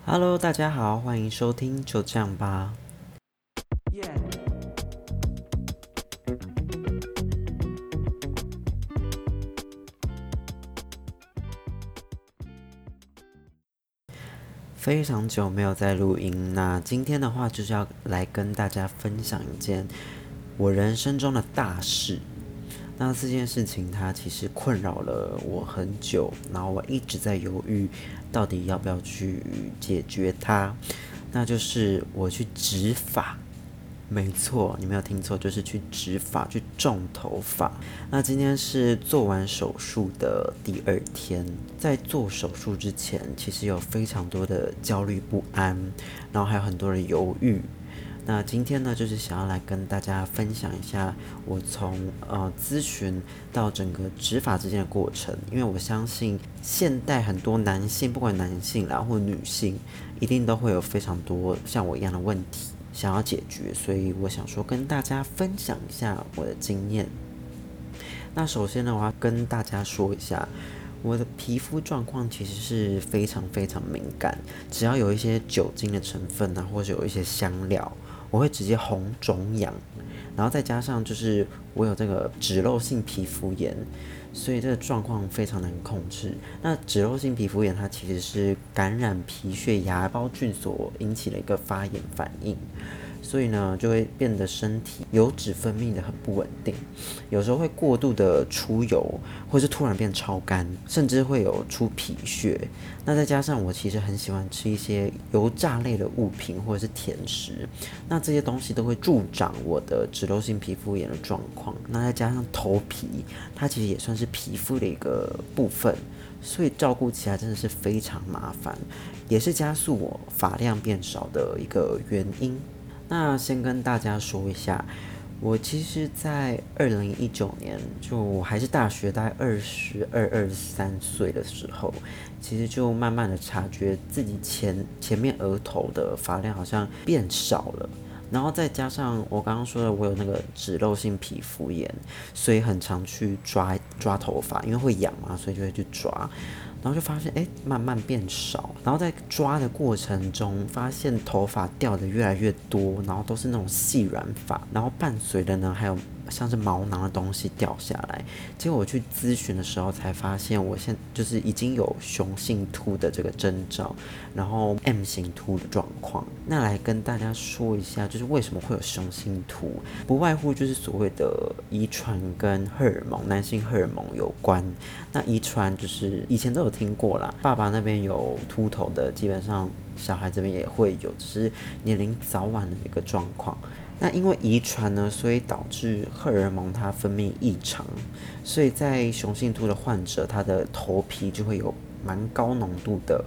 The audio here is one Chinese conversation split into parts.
Hello，大家好，欢迎收听就这样吧。非常久没有在录音，那今天的话就是要来跟大家分享一件我人生中的大事。那这件事情它其实困扰了我很久，然后我一直在犹豫，到底要不要去解决它。那就是我去植发。没错，你没有听错，就是去植发，去种头发。那今天是做完手术的第二天，在做手术之前，其实有非常多的焦虑不安，然后还有很多的犹豫。那今天呢，就是想要来跟大家分享一下我从咨询到整个植发之间的过程，因为我相信现代很多男性，不管男性啦或女性，一定都会有非常多像我一样的问题想要解决，所以我想说跟大家分享一下我的经验。那首先呢，我要跟大家说一下，我的皮肤状况其实是非常非常敏感，只要有一些酒精的成分啊，或者有一些香料，我会直接红肿痒，然后再加上就是我有这个脂漏性皮肤炎，所以这个状况非常难控制。那脂漏性皮肤炎它其实是感染皮屑芽孢菌所引起的一个发炎反应。所以呢，就会变得身体油脂分泌的很不稳定，有时候会过度的出油，或是突然变超干，甚至会有出皮屑。那再加上我其实很喜欢吃一些油炸类的物品或者是甜食，那这些东西都会助长我的脂漏性皮肤炎的状况。那再加上头皮，它其实也算是皮肤的一个部分。所以照顾起来真的是非常麻烦，也是加速我发量变少的一个原因。那先跟大家说一下，我其实在2019年，就我还是大学大概22、23岁的时候，其实就慢慢的察觉自己前面额头的发量好像变少了。然后再加上我刚刚说的，我有那个脂漏性皮肤炎，所以很常去抓头发，因为会痒嘛，所以就会去抓。然后就发现慢慢变少，然后在抓的过程中，发现头发掉的越来越多，然后都是那种细软发，然后伴随的呢还有像是毛囊的东西掉下来。结果我去咨询的时候才发现，我现在就是已经有雄性秃的这个征兆，然后 M 型秃的状况。那来跟大家说一下，就是为什么会有雄性秃，不外乎就是所谓的遗传跟荷尔蒙，男性荷尔蒙有关。那遗传就是以前都有听过啦，爸爸那边有秃头的，基本上小孩这边也会有，只是年龄早晚的一个状况。那因为遗传呢，所以导致荷尔蒙它分泌异常，所以在雄性秃的患者，他的头皮就会有蛮高浓度的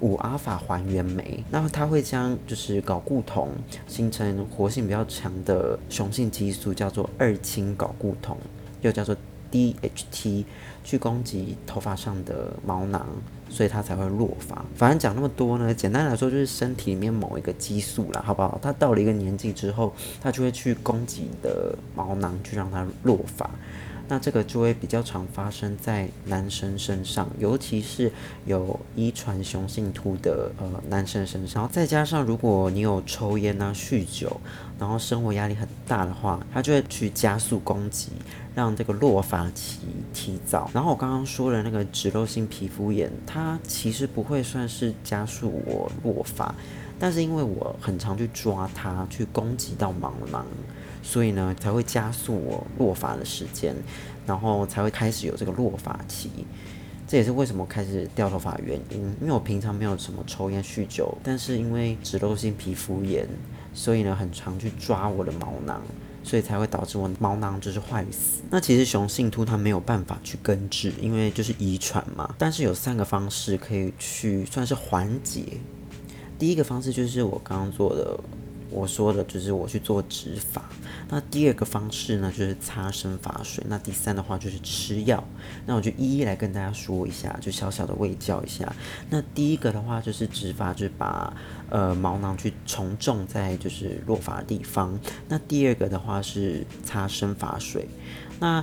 5α还原酶，那它会将就是睾固酮形成活性比较强的雄性激素，叫做2氢睾固酮，又叫做 DHT， 去攻击头发上的毛囊，所以它才会落发。反正讲那么多呢，简单来说就是身体里面某一个激素啦，好不好？它到了一个年纪之后，它就会去攻击你的毛囊，去让它落发。那这个就会比较常发生在男生身上，尤其是有遗传雄性秃的男生身上。然后再加上如果你有抽烟啊、酗酒，然后生活压力很大的话，它就会去加速攻击，让这个落发期提早。然后我刚刚说的那个脂漏性皮肤炎，它其实不会算是加速我落发，但是因为我很常去抓它，去攻击到毛囊，所以呢才会加速我落发的时间，然后才会开始有这个落发期。这也是为什么开始掉头发的原因，因为我平常没有什么抽烟酗酒，但是因为脂漏性皮肤炎，所以呢很常去抓我的毛囊，所以才会导致我毛囊就是坏死。那其实雄性秃它没有办法去根治，因为就是遗传嘛，但是有3个方式可以去算是缓解。第一个方式就是我刚刚我说的就是我去做植发。那第二个方式呢，就是擦生发水。那第三的话就是吃药。那我就一一来跟大家说一下，就小小的卫教一下。那第一个的话就是植发，就是把毛囊去重种在就是落发的地方。那第二个的话是擦生发水。那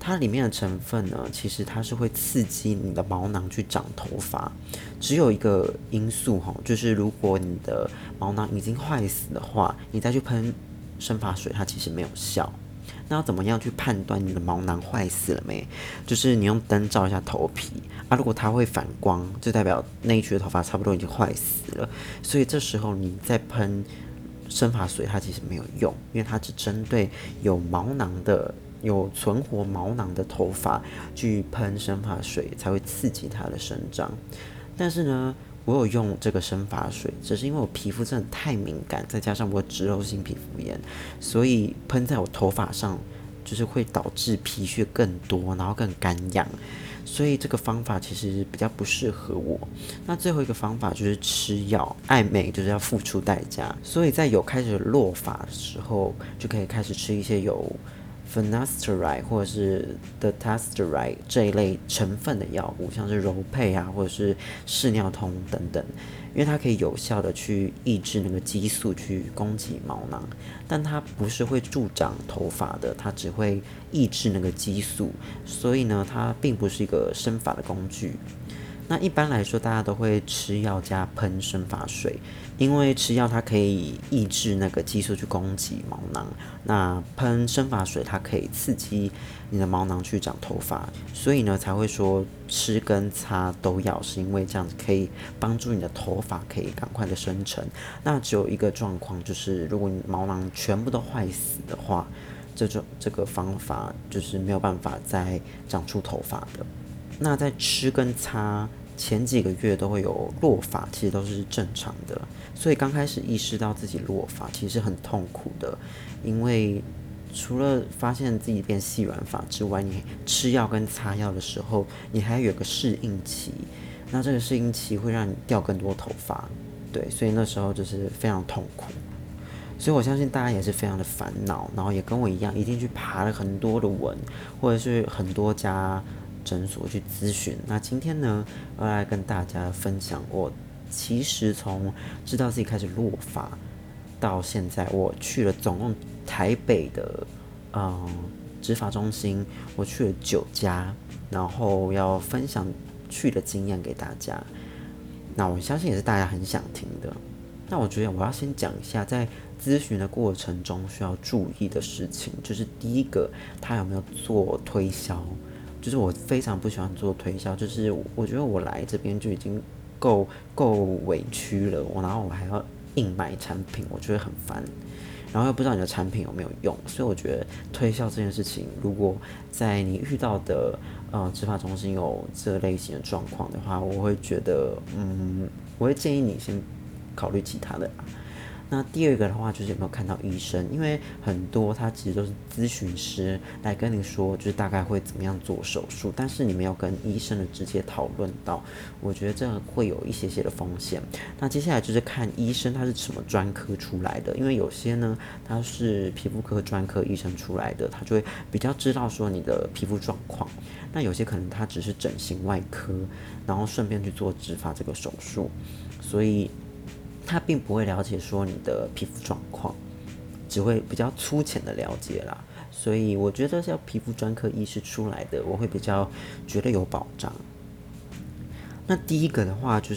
它里面的成分呢，其实它是会刺激你的毛囊去长头发。只有一个因素就是如果你的毛囊已经坏死的话，你再去喷生发水，它其实没有效。那要怎么样去判断你的毛囊坏死了没？就是你用灯照一下头皮啊，如果它会反光，就代表那一区的头发差不多已经坏死了。所以这时候你再喷生发水，它其实没有用，因为它只针对有毛囊的、有存活毛囊的头发去喷生发水，才会刺激它的生长。但是呢，我有用这个生发水，只是因为我皮肤真的太敏感，再加上我脂漏性皮肤炎，所以喷在我头发上就是会导致皮屑更多，然后更干痒。所以这个方法其实比较不适合我。那最后一个方法就是吃药，爱美就是要付出代价，所以在有开始落发的时候，就可以开始吃一些有finasteride 或者是 dutasteride 这一类成分的药物，像是柔沛啊，或者是视尿通等等，因为它可以有效的去抑制那个激素去攻击毛囊，但它不是会助长头发的，它只会抑制那个激素，所以呢，它并不是一个生发的工具。那一般来说，大家都会吃药加喷生发水，因为吃药它可以抑制那个激素去攻击毛囊，那喷生发水它可以刺激你的毛囊去长头发，所以呢才会说吃跟擦都要，是因为这样子可以帮助你的头发可以赶快的生成。那只有一个状况，就是如果你毛囊全部都坏死的话，这个方法就是没有办法再长出头发的。那在吃跟擦前几个月都会有落发，其实都是正常的。所以刚开始意识到自己落发，其实很痛苦的，因为除了发现自己变细软发之外，你吃药跟擦药的时候，你还有个适应期。那这个适应期会让你掉更多头发，对，所以那时候就是非常痛苦。所以我相信大家也是非常的烦恼，然后也跟我一样，一定去爬了很多的文，或者是很多家诊所去咨询。那今天呢，我要来跟大家分享，我其实从知道自己开始落发到现在，我去了总共台北的植发中心，我去了9家，然后要分享去的经验给大家。那我相信也是大家很想听的。那我觉得我要先讲一下，在咨询的过程中需要注意的事情，就是第一个，他有没有做推销？就是我非常不喜欢做推销，就是我觉得我来这边就已经够委屈了，然后我还要硬买产品，我觉得很烦。然后又不知道你的产品有没有用，所以我觉得推销这件事情，如果在你遇到的植发中心有这类型的状况的话，我会觉得我会建议你先考虑其他的啦。那第二个的话就是有没有看到医生，因为很多他其实都是咨询师来跟你说，就是大概会怎么样做手术，但是你没有跟医生的直接讨论到，我觉得这会有一些的风险。那接下来就是看医生他是什么专科出来的，因为有些呢他是皮肤科专科医生出来的，他就会比较知道说你的皮肤状况。那有些可能他只是整形外科，然后顺便去做植发这个手术，所以他并不会了解说你的皮肤状况，只会比较粗浅的了解啦。所以我觉得像皮肤专科医师出来的，我会比较觉得有保障。那第一个的话就是，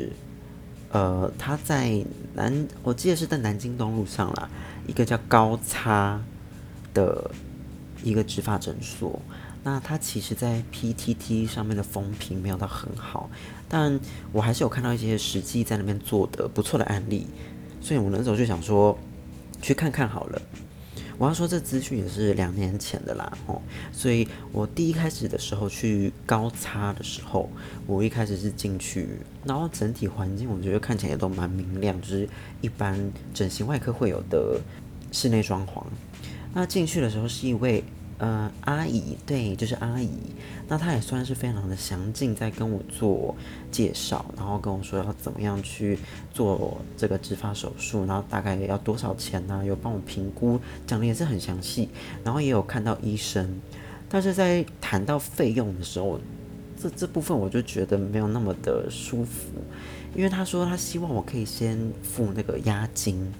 他在我记得是在南京东路上啦，一个叫高擦的一个植发诊所。那它其实在 PTT 上面的风评没有到很好，但我还是有看到一些实际在那边做的不错的案例，所以我那时候就想说去看看好了。我要说这资讯也是2年前的啦，所以我第一开始的时候去高擦的时候，我一开始是进去，然后整体环境我觉得看起来也都蛮明亮，就是一般整形外科会有的室内装潢。那进去的时候是一位阿姨，对，就是阿姨。那她也算是非常的详尽，在跟我做介绍，然后跟我说要怎么样去做这个植发手术，然后大概要多少钱啊，有帮我评估，讲的也是很详细。然后也有看到医生，但是在谈到费用的时候，这部分我就觉得没有那么的舒服，因为他说他希望我可以先付那个押金。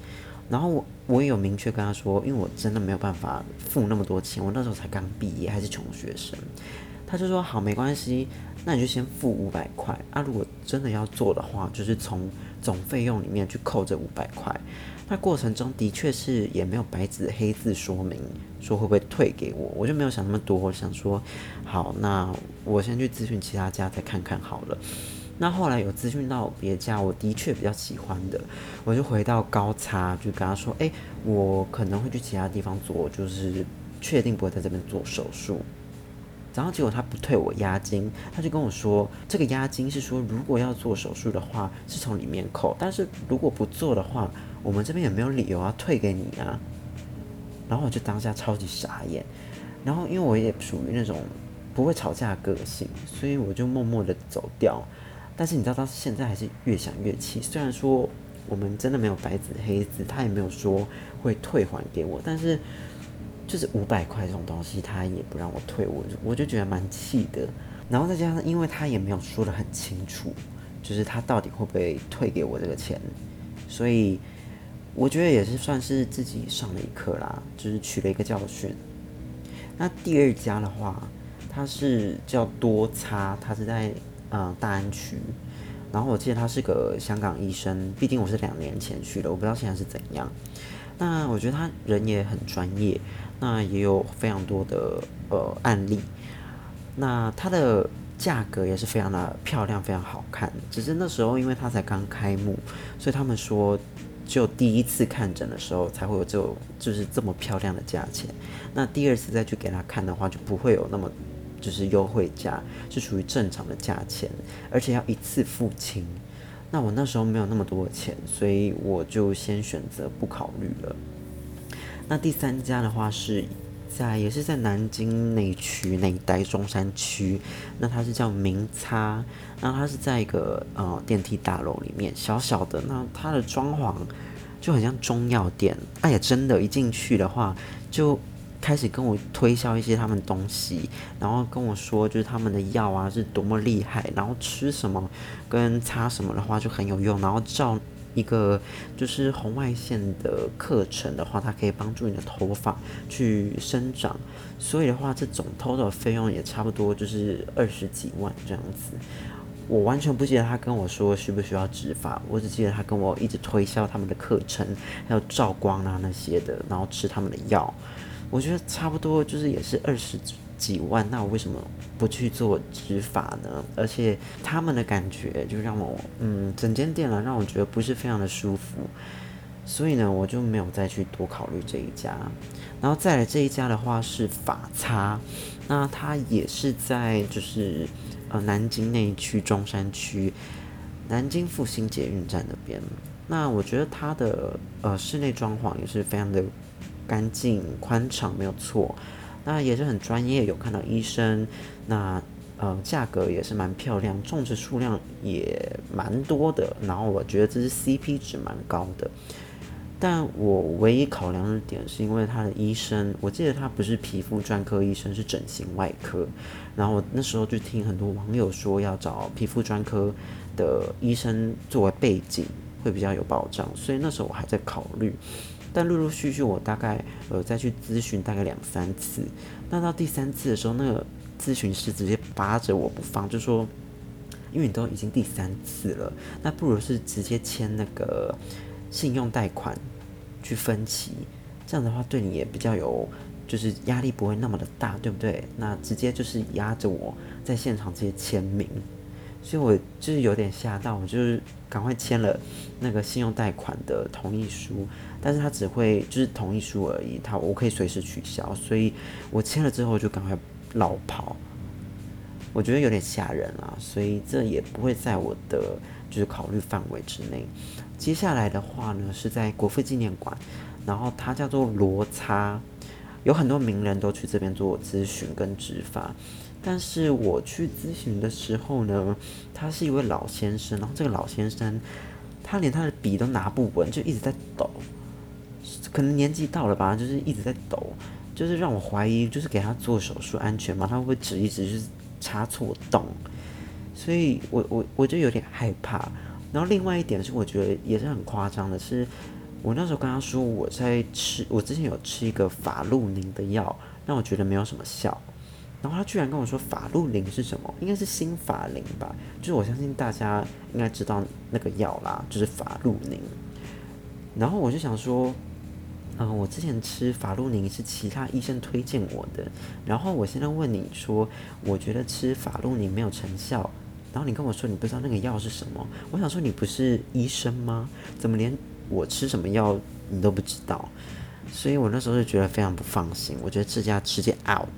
然后我也有明确跟他说，因为我真的没有办法付那么多钱，我那时候才刚毕业，还是穷学生。他就说好，没关系，那你就先付500块啊。如果真的要做的话，就是从总费用里面去扣这500块。那过程中的确是也没有白纸黑字说明说会不会退给我，我就没有想那么多，我想说好，那我先去咨询其他家再看看好了。那后来有咨询到别家，我的确比较喜欢的，我就回到高差，就跟他说，我可能会去其他地方做，就是确定不会在这边做手术。然后结果他不退我押金，他就跟我说，这个押金是说如果要做手术的话是从里面扣，但是如果不做的话，我们这边也没有理由要退给你啊。然后我就当下超级傻眼，然后因为我也属于那种不会吵架的个性，所以我就默默的走掉。但是你知道，到现在还是越想越气。虽然说我们真的没有白纸黑字，他也没有说会退还给我，但是就是500块这种东西，他也不让我退，我就觉得蛮气的。然后再加上，因为他也没有说得很清楚，就是他到底会不会退给我这个钱，所以我觉得也是算是自己上了一课啦，就是取了一个教训。那第二家的话，它是叫多差，它是在大安区。然后我记得他是个香港医生，毕竟我是2年前去的，我不知道现在是怎样。那我觉得他人也很专业，那也有非常多的案例。那它的价格也是非常的漂亮，非常好看。只是那时候因为它才刚开幕，所以他们说就第一次看诊的时候才会有就是这么漂亮的价钱。那第二次再去给他看的话，就不会有那么就是优惠价，是属于正常的价钱，而且要一次付清。那我那时候没有那么多的钱，所以我就先选择不考虑了。那第三家的话也是在南京内区那一带中山区，那它是叫明擦，那它是在一个电梯大楼里面小小的，那它的装潢就很像中药店，哎呀，真的，一进去的话就开始跟我推销一些他们东西，然后跟我说就是他们的药啊是多么厉害，然后吃什么跟擦什么的话就很有用，然后照一个就是红外线的课程的话，它可以帮助你的头发去生长，所以的话，这总 total 费用也差不多就是20几万这样子。我完全不记得他跟我说需不需要植发，我只记得他跟我一直推销他们的课程，还有照光啊那些的，然后吃他们的药。我觉得差不多就是也是20几万，那我为什么不去做植发呢？而且他们的感觉就让我，整间店让我觉得不是非常的舒服，所以呢，我就没有再去多考虑这一家。然后再来这一家的话是法擦，那它也是在就是南京那一区中山区，南京复兴捷运站那边。那我觉得它的室内装潢也是非常的干净宽敞，没有错。那也是很专业，有看到医生。那价格也是蛮漂亮，种植数量也蛮多的。然后我觉得这是 CP 值蛮高的。但我唯一考量的点是因为他的医生，我记得他不是皮肤专科医生，是整形外科。然后我那时候就听很多网友说要找皮肤专科的医生作为背景会比较有保障，所以那时候我还在考虑。但陆陆续续我大概再去咨询大概2、3次，那到第3次的时候，那个咨询师直接扒着我不放，就说因为你都已经第3次了，那不如是直接签那个信用贷款去分期，这样的话对你也比较有，就是压力不会那么的大，对不对？那直接就是压着我在现场直接签名，所以我就是有点吓到，我就是赶快签了那个信用贷款的同意书，但是他只会就是同意书而已，我可以随时取消，所以我签了之后就赶快绕跑。我觉得有点吓人啦，所以这也不会在我的就是考虑范围之内。接下来的话呢，是在国父纪念馆，然后它叫做罗擦，有很多名人都去这边做咨询跟植发。但是我去咨询的时候呢，他是一位老先生，然后这个老先生他连他的笔都拿不稳，就一直在抖，可能年纪到了吧，就是一直在抖，就是让我怀疑，就是给他做手术安全吗？他会不会指一指就是插错洞？所以我就有点害怕。然后另外一点是，我觉得也是很夸张的是， 我那时候跟他说我之前有吃一个法陆宁的药，让我觉得没有什么效。然后他居然跟我说法陆宁是什么？应该是新法林吧？就是我相信大家应该知道那个药啦，就是法陆宁。然后我就想说，我之前吃法陆宁是其他医生推荐我的，然后我现在问你说，我觉得吃法陆宁没有成效，然后你跟我说你不知道那个药是什么，我想说你不是医生吗？怎么连我吃什么药你都不知道？所以我那时候就觉得非常不放心，我觉得这家直接 out。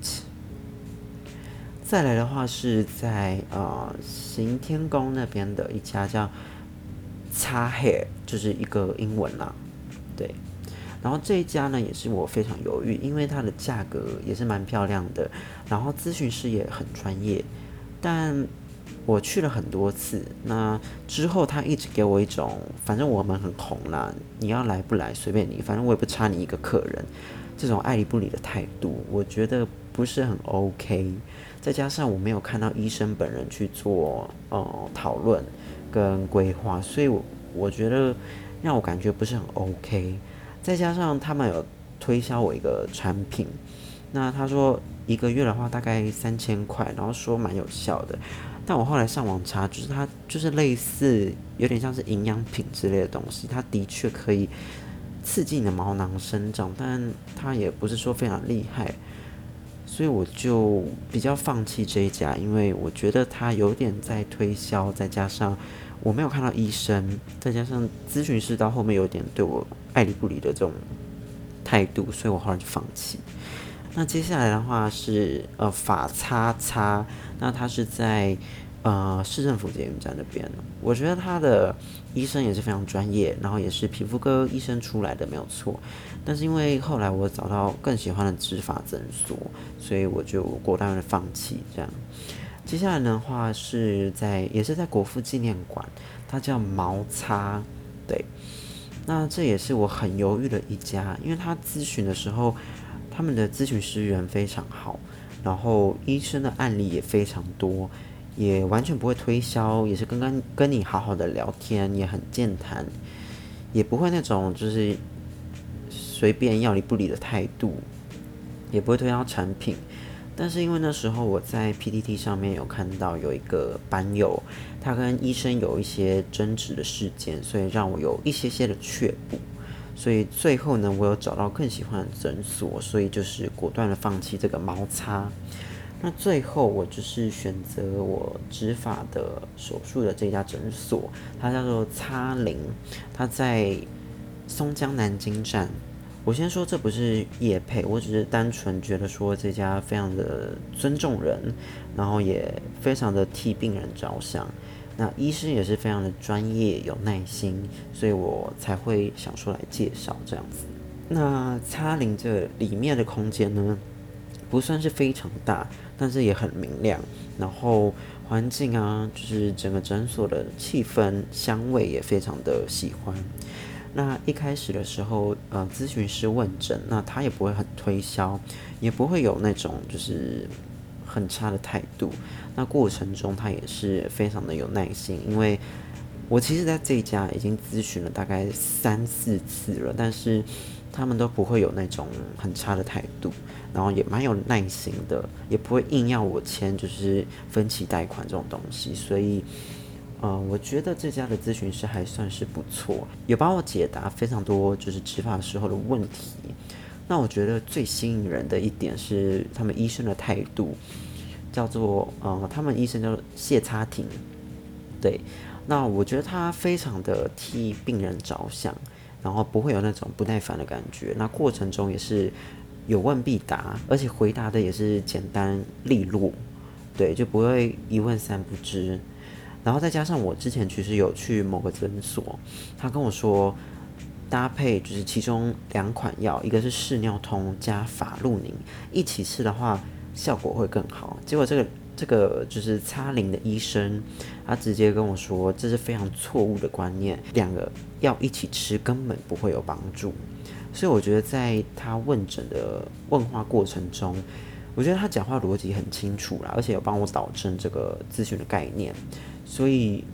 再来的话是在行天宫那边的一家叫擦 hair，就是一个英文啦，对。然后这一家呢也是我非常犹豫，因为它的价格也是蛮漂亮的，然后咨询师也很专业，但我去了很多次，那之后他一直给我一种，反正我们很红啦，你要来不来随便你，反正我也不差你一个客人，这种爱理不理的态度，我觉得不是很 OK。再加上我没有看到医生本人去做讨论跟规划，所以我觉得让我感觉不是很 OK。再加上他们有推销我一个产品，那他说一个月的话大概3000块，然后说蛮有效的。但我后来上网查，就是它就是类似有点像是营养品之类的东西，它的确可以刺激你的毛囊生长，但它也不是说非常厉害，所以我就比较放弃这一家，因为我觉得它有点在推销，再加上我没有看到医生，再加上咨询师到后面有点对我爱理不理的这种态度，所以我后来就放弃。那接下来的话是法擦擦，那它是在市政府捷运站那边，我觉得他的医生也是非常专业，然后也是皮肤科医生出来的没有错。但是因为后来我找到更喜欢的植发诊所，所以我就果断的放弃这样。接下来的话也是在国父纪念馆，它叫毛擦，对。那这也是我很犹豫的一家，因为他咨询的时候，他们的咨询师人非常好，然后医生的案例也非常多，也完全不会推销，也是跟你好好的聊天，也很健谈，也不会那种就是随便要理不理的态度，也不会推销产品。但是因为那时候我在 PTT 上面有看到有一个班友，他跟医生有一些争执的事件，所以让我有一些的却步。所以最后呢，我有找到更喜欢的诊所，所以就是果断的放弃这个毛擦。那最后我就是选择我植发的手术的这家诊所，它叫做擦灵，它在松江南京站。我先说这不是业配，我只是单纯觉得说这家非常的尊重人，然后也非常的替病人着想。那医师也是非常的专业有耐心，所以我才会想说来介绍这样子。那擦灵这里面的空间呢，不算是非常大，但是也很明亮，然后环境啊，就是整个诊所的气氛、香味也非常的喜欢。那一开始的时候，咨询师问诊，那他也不会很推销，也不会有那种就是很差的态度。那过程中他也是非常的有耐心，因为我其实在这一家已经咨询了大概3-4次了，但是他们都不会有那种很差的态度，然后也蛮有耐心的，也不会硬要我签就是分期贷款这种东西，所以我觉得这家的咨询师还算是不错，也帮我解答非常多就是植发时候的问题。那我觉得最吸引人的一点是他们医生的态度，叫做他们医生叫做谢擦婷，对。那我觉得他非常的替病人着想，然后不会有那种不耐烦的感觉。那过程中也是有问必答，而且回答的也是简单利落，对，就不会一问三不知。然后再加上我之前其实有去某个诊所，他跟我说搭配就是其中2款药，一个是视尿通加法陆宁，一起吃的话效果会更好。结果这个就是擦灵的医生，他直接跟我说这是非常错误的观念，2个药一起吃根本不会有帮助。所以我觉得在他问诊的问话过程中，我觉得他讲话逻辑很清楚啦，而且有帮我导正这个咨询的概念。所以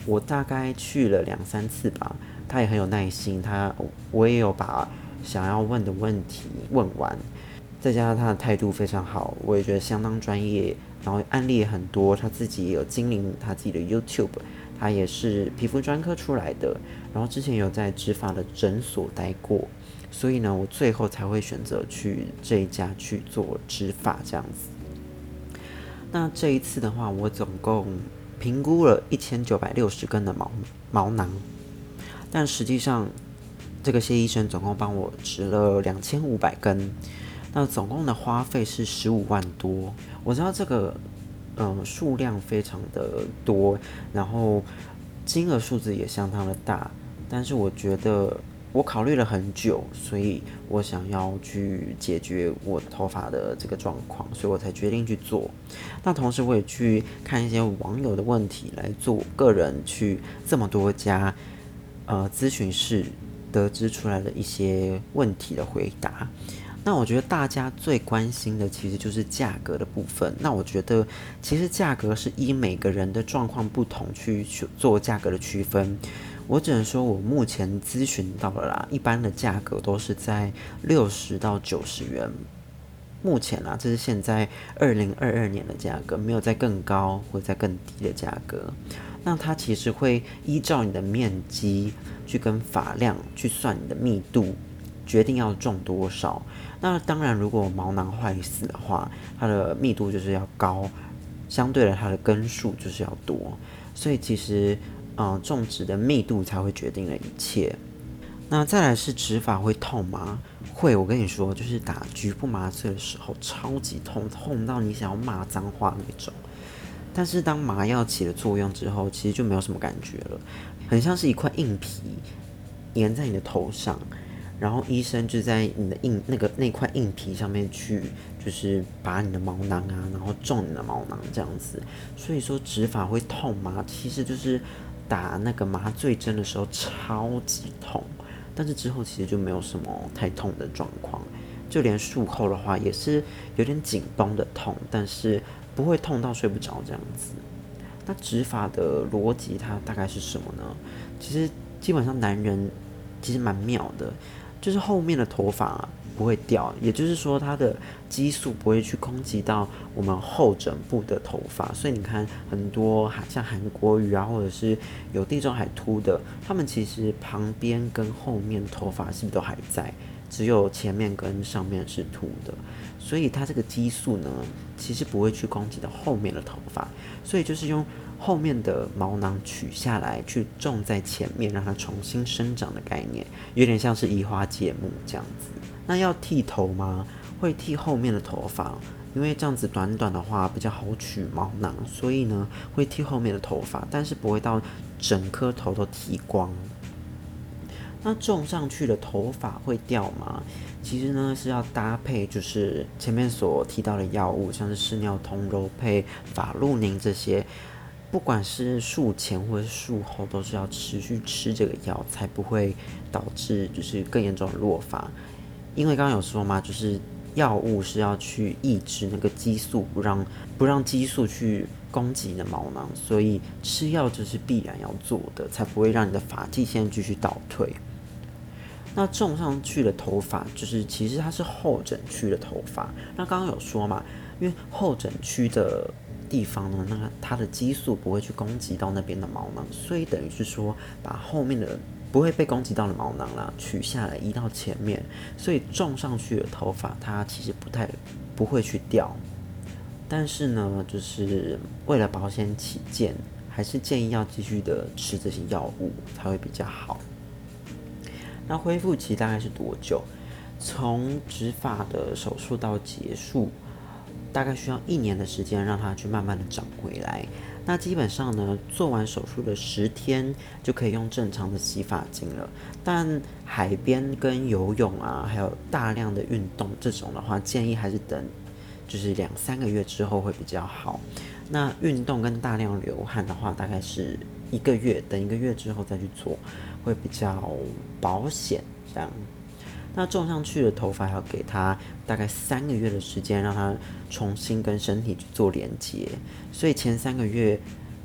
我大概去了2-3次吧，他也很有耐心，我也有把想要问的问题问完，再加上他的态度非常好，我也觉得相当专业，然后案例也很多，他自己也有经营他自己的 YouTube， 他也是皮肤专科出来的，然后之前有在植发的诊所待过，所以呢，我最后才会选择去这一家去做植发这样子。那这一次的话，我总共评估了1960根的毛囊，但实际上这个谢医生总共帮我植了2500根，那总共的花费是15万多。我知道这个数量非常的多，然后金额数字也相当的大，但是我觉得我考虑了很久，所以我想要去解决我头发的这个状况，所以我才决定去做。那同时我也去看一些网友的问题，来做我个人去这么多家咨询室得知出来的一些问题的回答。那我觉得大家最关心的其实就是价格的部分。那我觉得其实价格是依每个人的状况不同去做价格的区分。我只能说我目前咨询到了啦，一般的价格都是在60到90元。目前啦，这是现在2022年的价格，没有再更高或再更低的价格。那它其实会依照你的面积去跟发量去算你的密度，决定要种多少。那当然，如果毛囊坏死的话，它的密度就是要高，相对的它的根数就是要多。所以其实，种植的密度才会决定了一切。那再来是植发会痛吗？会，我跟你说，就是打局部麻醉的时候超级痛，痛到你想要骂脏话那种。但是当麻药起了作用之后，其实就没有什么感觉了，很像是一块硬皮粘在你的头上，然后医生就在你的那块硬皮上面去，就是拔你的毛囊啊，然后种你的毛囊这样子。所以说植发会痛吗？其实就是打那个麻醉针的时候超级痛，但是之后其实就没有什么太痛的状况，就连术后的话也是有点紧绷的痛，但是不会痛到睡不着这样子。那植发的逻辑它大概是什么呢？其实基本上男人其实蛮妙的，就是后面的头发不会掉，也就是说它的激素不会去攻击到我们后枕部的头发，所以你看很多像韩国瑜啊，或者是有地中海秃的，他们其实旁边跟后面头发是不是都还在？只有前面跟上面是秃的，所以它这个激素呢，其实不会去攻击到后面的头发，所以就是用后面的毛囊取下来，去种在前面，让它重新生长的概念，有点像是移花接木这样子。那要剃头吗？会剃后面的头发，因为这样子短短的话比较好取毛囊，所以呢会剃后面的头发，但是不会到整颗头都剃光。那种上去的头发会掉吗？其实呢是要搭配，就是前面所提到的药物，像是视尿酮、柔沛、法露宁这些，不管是术前或者是术后，都是要持续吃这个药，才不会导致就是更严重的落发。因为刚刚有说嘛，就是药物是要去抑制那个激素，不让激素去攻击你的毛囊，所以吃药这是必然要做的，才不会让你的发际线继续倒退。那种上去的头发，就是其实它是后枕区的头发。那刚刚有说嘛，因为后枕区的地方呢，那它的激素不会去攻击到那边的毛囊，所以等于是说把后面的不会被攻击到的毛囊啦取下来移到前面，所以种上去的头发它其实不会去掉。但是呢，就是为了保险起见，还是建议要继续的吃这些药物才会比较好。那恢复期大概是多久？从植发的手术到结束，大概需要1年的时间，让它去慢慢的长回来。那基本上呢，做完手术的10天就可以用正常的洗发精了。但海边跟游泳啊，还有大量的运动这种的话，建议还是等就是2-3个月之后会比较好。那运动跟大量流汗的话，大概是1个月，等1个月之后再去做，会比较保险。这样，那种上去的头发要给它大概3个月的时间，让它重新跟身体去做连接。所以前3个月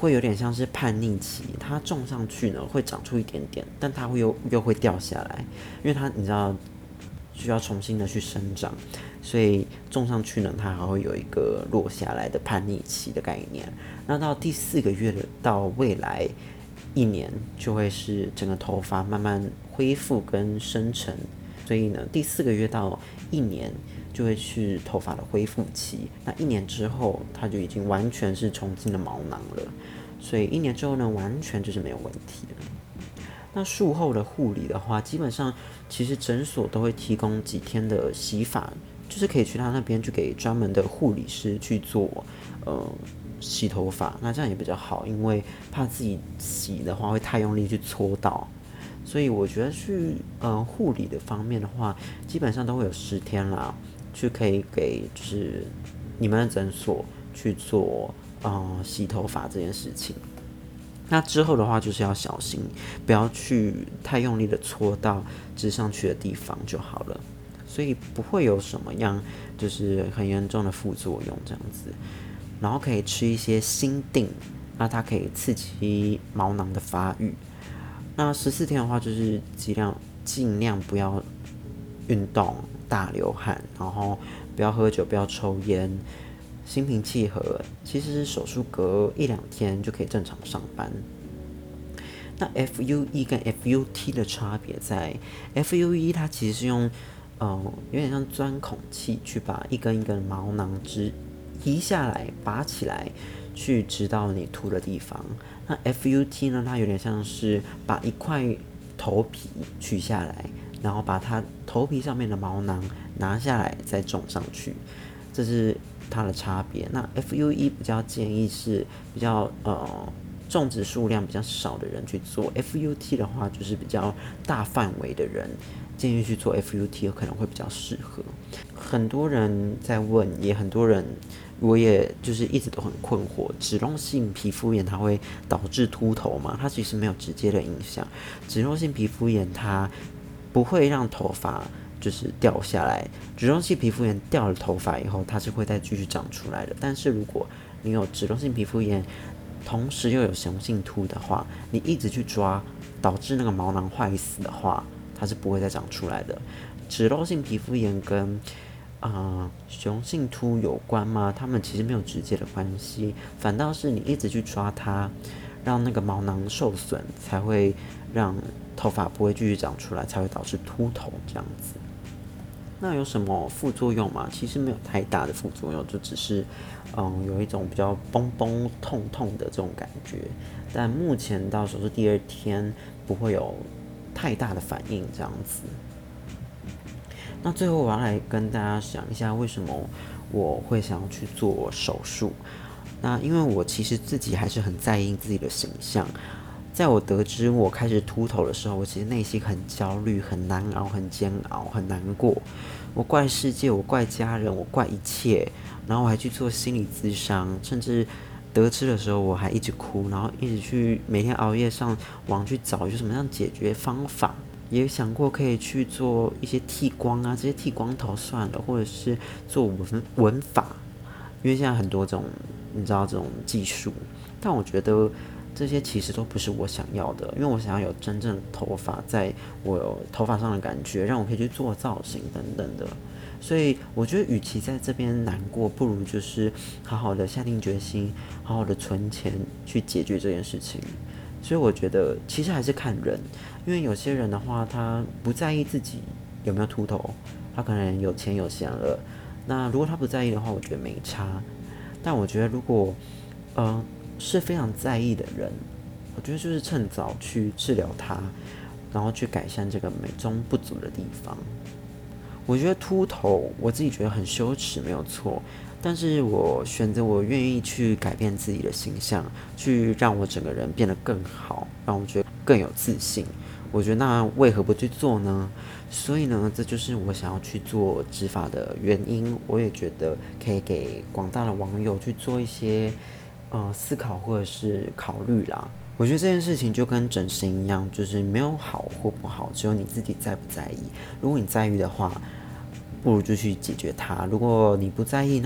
会有点像是叛逆期，它种上去呢会长出一点点，但它又会掉下来，因为它你知道需要重新的去生长，所以种上去呢，它还会有一个落下来的叛逆期的概念。那到第4个月到未来1年，就会是整个头发慢慢恢复跟生成。所以呢，第4个月到1年就会是头发的恢复期。那1年之后，它就已经完全是重新的毛囊了。所以1年之后呢，完全就是没有问题了。那术后的护理的话，基本上其实诊所都会提供几天的洗发，就是可以去他那边去给专门的护理师去做洗头发。那这样也比较好，因为怕自己洗的话会太用力去搓到。所以我觉得去护理的方面的话，基本上都会有10天啦，去可以给就是你们的诊所去做洗头发这件事情。那之后的话就是要小心，不要去太用力的搓到织上去的地方就好了。所以不会有什么样就是很严重的副作用这样子。然后可以吃一些锌锭，那它可以刺激毛囊的发育。那14天的话，就是尽量不要运动、大流汗，然后不要喝酒、不要抽烟，心平气和。其实手术隔1-2天就可以正常上班。那 FUE 跟 FUT 的差别在 FUE 它其实是用有点像钻孔器去把一根一根毛囊移下来、拔起来，去直到你秃的地方。那 FUT 呢，它有点像是把一块头皮取下来，然后把它头皮上面的毛囊拿下来再种上去，这是它的差别。那 FUE 比较建议是比较种植数量比较少的人去做， FUT 的话就是比较大范围的人建议去做 FUT 可能会比较适合。很多人在问，也很多人我也就是一直都很困惑，脂漏性皮肤炎它会导致秃头吗？它其实没有直接的影响。脂漏性皮肤炎它不会让头发就是掉下来，脂漏性皮肤炎掉了头发以后，它是会再继续长出来的。但是如果你有脂漏性皮肤炎，同时又有雄性秃的话，你一直去抓，导致那个毛囊坏死的话，它是不会再长出来的。脂漏性皮肤炎跟雄性秃有关吗？它们其实没有直接的关系，反倒是你一直去抓它，让那个毛囊受损，才会让头发不会继续长出来，才会导致秃头这样子。那有什么副作用吗？其实没有太大的副作用，就只是有一种比较崩崩痛痛的这种感觉，但目前到手术第2天不会有太大的反应这样子。那最后我要来跟大家讲一下为什么我会想要去做手术。那因为我其实自己还是很在意自己的形象，在我得知我开始秃头的时候，我其实内心很焦虑、很难熬、很煎熬、很难过。我怪世界，我怪家人，我怪一切。然后我还去做心理咨商，甚至得知的时候我还一直哭，然后一直去每天熬夜上网去找有什么样解决方法。也想过可以去做一些剃光啊，这些剃光头算了，或者是做纹发，因为现在很多这种你知道这种技术，但我觉得这些其实都不是我想要的，因为我想要有真正的头发在我头发上的感觉，让我可以去做造型等等的。所以我觉得与其在这边难过，不如就是好好的下定决心，好好的存钱去解决这件事情。所以我觉得其实还是看人，因为有些人的话，他不在意自己有没有秃头，他可能有钱有闲了。那如果他不在意的话，我觉得没差。但我觉得如果是非常在意的人，我觉得就是趁早去治疗它，然后去改善这个美中不足的地方。我觉得秃头我自己觉得很羞耻，没有错，但是我选择我愿意去改变自己的形象，去让我整个人变得更好，让我觉得更有自信。我觉得那为何不去做呢？所以呢，这就是我想要去做植发的原因。我也觉得可以给广大的网友去做一些思考或者是考虑啦。我觉得这件事情就跟整形一样，就是没有好或不好，只有你自己在不在意。如果你在意的话，不如就去解决它；如果你不在意，那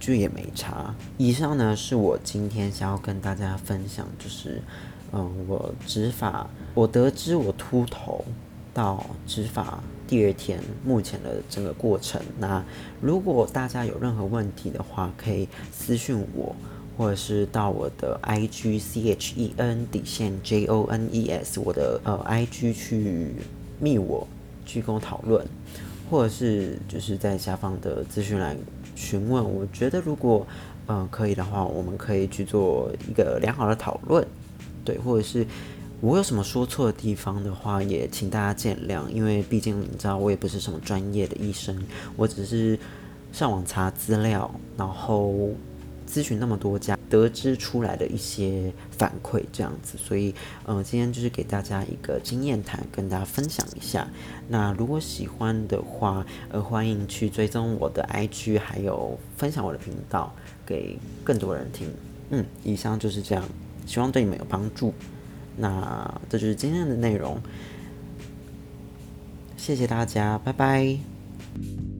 就也没差。以上呢是我今天想要跟大家分享，就是我得知我秃头到植发第二天目前的整个过程。那如果大家有任何问题的话，可以私讯我，或者是到我的 IG CHEN_JONES 我的IG 去密我，去跟我讨论，或者是就是在下方的资讯栏询问。我觉得如果可以的话，我们可以去做一个良好的讨论，对，或者是我有什么说错的地方的话，也请大家见谅，因为毕竟你知道我也不是什么专业的医生，我只是上网查资料，然后咨询那么多家，得知出来的一些反馈这样子。所以今天就是给大家一个经验谈，跟大家分享一下。那如果喜欢的话，欢迎去追踪我的 IG， 还有分享我的频道给更多人听。以上就是这样，希望对你们有帮助。那这就是今天的内容，谢谢大家，拜拜。